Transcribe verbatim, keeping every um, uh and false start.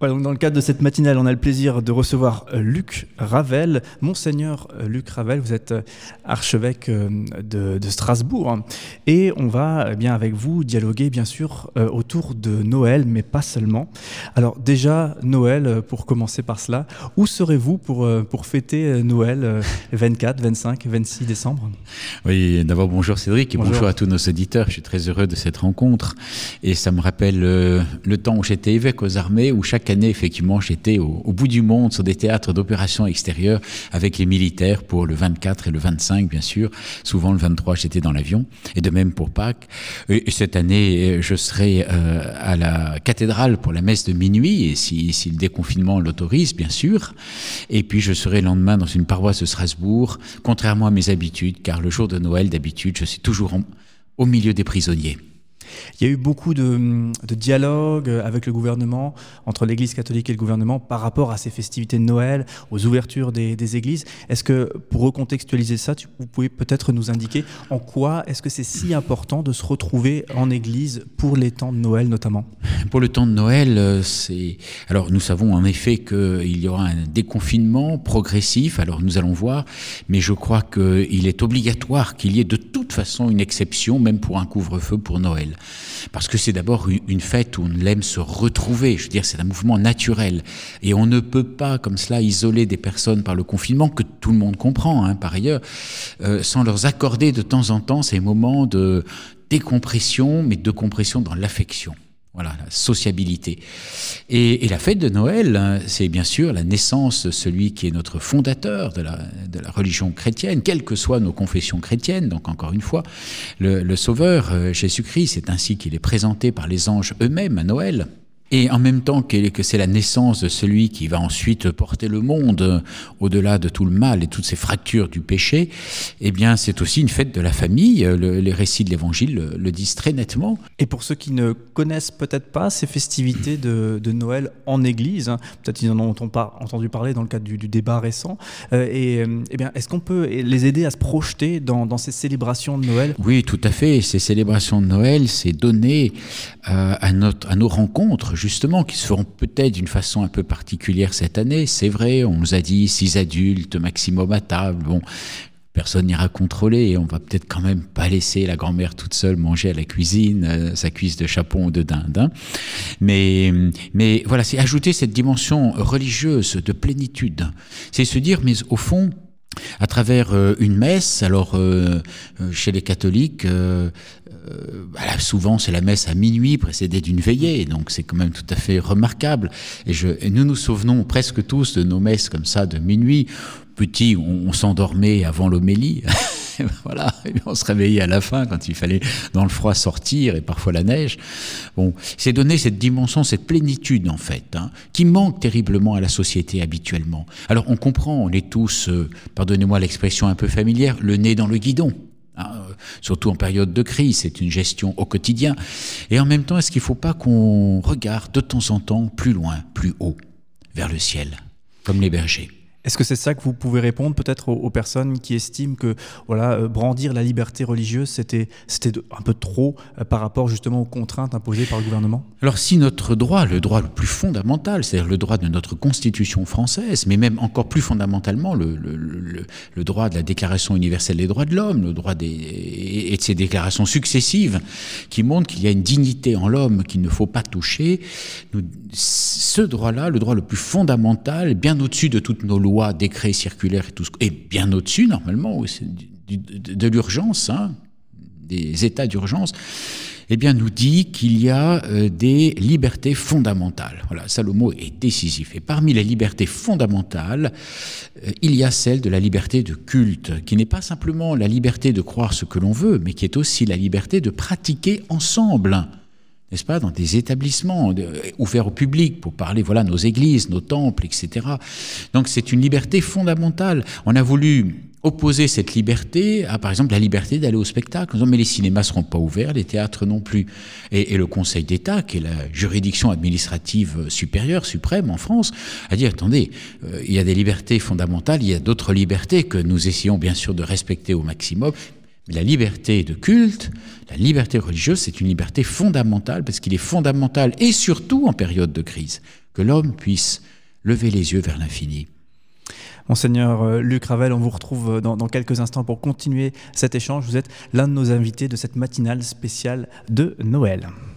Voilà, donc dans le cadre de cette matinale, on a le plaisir de recevoir euh, Luc Ravel. Monseigneur euh, Luc Ravel, vous êtes euh, archevêque euh, de, de Strasbourg. Hein, et on va eh bien avec vous dialoguer bien sûr euh, autour de Noël, mais pas seulement. Alors déjà, Noël, euh, pour commencer par cela, où serez-vous pour, euh, pour fêter euh, Noël euh, vingt-quatre, vingt-cinq, vingt-six décembre? Oui, d'abord bonjour Cédric et bonjour. bonjour à tous nos auditeurs. Je suis très heureux de cette rencontre et ça me rappelle euh, le temps où j'étais évêque aux armées, où chaque année, effectivement, j'étais au, au bout du monde sur des théâtres d'opérations extérieures avec les militaires pour le vingt-quatre et le vingt-cinq, bien sûr. Souvent, le vingt-trois, j'étais dans l'avion. Et de même pour Pâques. Et cette année, je serai euh, à la cathédrale pour la messe de minuit, et si, si le déconfinement l'autorise, bien sûr. Et puis, je serai le lendemain dans une paroisse de Strasbourg, contrairement à mes habitudes, car le jour de Noël, d'habitude, je suis toujours en, au milieu des prisonniers. Il y a eu beaucoup de, de dialogue avec le gouvernement, entre l'Église catholique et le gouvernement, par rapport à ces festivités de Noël, aux ouvertures des, des églises. Est-ce que, pour recontextualiser ça, tu, vous pouvez peut-être nous indiquer en quoi est-ce que c'est si important de se retrouver en église pour les temps de Noël notamment? Pour le temps de Noël, c'est... Alors, nous savons en effet qu'il y aura un déconfinement progressif, alors nous allons voir, mais je crois qu'il est obligatoire qu'il y ait de toute façon une exception, même pour un couvre-feu pour Noël. Parce que c'est d'abord une fête où on aime se retrouver, je veux dire, c'est un mouvement naturel. Et on ne peut pas, comme cela, isoler des personnes par le confinement, que tout le monde comprend, hein, par ailleurs, euh, sans leur accorder de temps en temps ces moments de décompression, mais de compression dans l'affection. Voilà, la sociabilité. Et, et la fête de Noël, hein, c'est bien sûr la naissance de celui qui est notre fondateur de la, de la religion chrétienne, quelles que soient nos confessions chrétiennes. Donc encore une fois, le, le Sauveur, euh, Jésus-Christ, c'est ainsi qu'il est présenté par les anges eux-mêmes à Noël. Et en même temps que c'est la naissance de celui qui va ensuite porter le monde au-delà de tout le mal et toutes ces fractures du péché, eh bien c'est aussi une fête de la famille. Le, les récits de l'Évangile le, le disent très nettement. Et pour ceux qui ne connaissent peut-être pas ces festivités de, de Noël en Église, hein, peut-être ils en ont entendu parler dans le cadre du, du débat récent, euh, et eh bien est-ce qu'on peut les aider à se projeter dans, dans ces célébrations de Noël? Oui, tout à fait. Ces célébrations de Noël, c'est donner euh, à, notre, à nos rencontres, justement, qui se feront peut-être d'une façon un peu particulière cette année. C'est vrai, on nous a dit six adultes maximum à table. Bon, personne n'ira contrôler et on va peut-être quand même pas laisser la grand-mère toute seule manger à la cuisine euh, sa cuisse de chapon ou de dinde. Hein. Mais, mais voilà, c'est ajouter cette dimension religieuse de plénitude. C'est se dire, mais au fond, à travers euh, une messe, alors euh, euh, chez les catholiques, euh, euh, voilà, souvent c'est la messe à minuit précédée d'une veillée, donc c'est quand même tout à fait remarquable. Et, je, et nous nous souvenons presque tous de nos messes comme ça de minuit. Petit, on, on s'endormait avant l'homélie. Voilà, et on se réveillait à la fin quand il fallait dans le froid sortir et parfois la neige. Bon, c'est donner cette dimension, cette plénitude en fait, hein, qui manque terriblement à la société habituellement. Alors on comprend, on est tous, euh, pardonnez-moi l'expression un peu familière, le nez dans le guidon. Hein, euh, surtout en période de crise, c'est une gestion au quotidien. Et en même temps, est-ce qu'il ne faut pas qu'on regarde de temps en temps plus loin, plus haut, vers le ciel, comme les bergers? Est-ce que c'est ça que vous pouvez répondre peut-être aux, aux personnes qui estiment que voilà, euh, brandir la liberté religieuse, c'était, c'était un peu trop euh, par rapport justement aux contraintes imposées par le gouvernement? Alors si notre droit, le droit le plus fondamental, c'est-à-dire le droit de notre Constitution française, mais même encore plus fondamentalement le, le, le, le droit de la Déclaration universelle des droits de l'homme, le droit des, et de ces déclarations successives qui montrent qu'il y a une dignité en l'homme qu'il ne faut pas toucher, nous, ce droit-là, le droit le plus fondamental, bien au-dessus de toutes nos lois, décrets circulaires et tout ce, et bien au-dessus normalement de, de, de l'urgence, hein, des états d'urgence, eh bien nous dit qu'il y a euh, des libertés fondamentales. Voilà, ça le mot est décisif. Et parmi les libertés fondamentales, euh, il y a celle de la liberté de culte, qui n'est pas simplement la liberté de croire ce que l'on veut, mais qui est aussi la liberté de pratiquer ensemble. N'est-ce pas, dans des établissements de, ouverts au public pour parler, voilà, nos églises, nos temples, et cetera. Donc c'est une liberté fondamentale. On a voulu opposer cette liberté à, par exemple, la liberté d'aller au spectacle. En disant, mais les cinémas ne seront pas ouverts, les théâtres non plus. Et, et le Conseil d'État, qui est la juridiction administrative supérieure, suprême en France, a dit, attendez, euh, il y a des libertés fondamentales, il y a d'autres libertés que nous essayons bien sûr de respecter au maximum. Mais la liberté de culte, la liberté religieuse, c'est une liberté fondamentale, parce qu'il est fondamental, et surtout en période de crise, que l'homme puisse lever les yeux vers l'infini. Monseigneur Luc Ravel, on vous retrouve dans, dans quelques instants pour continuer cet échange. Vous êtes l'un de nos invités de cette matinale spéciale de Noël.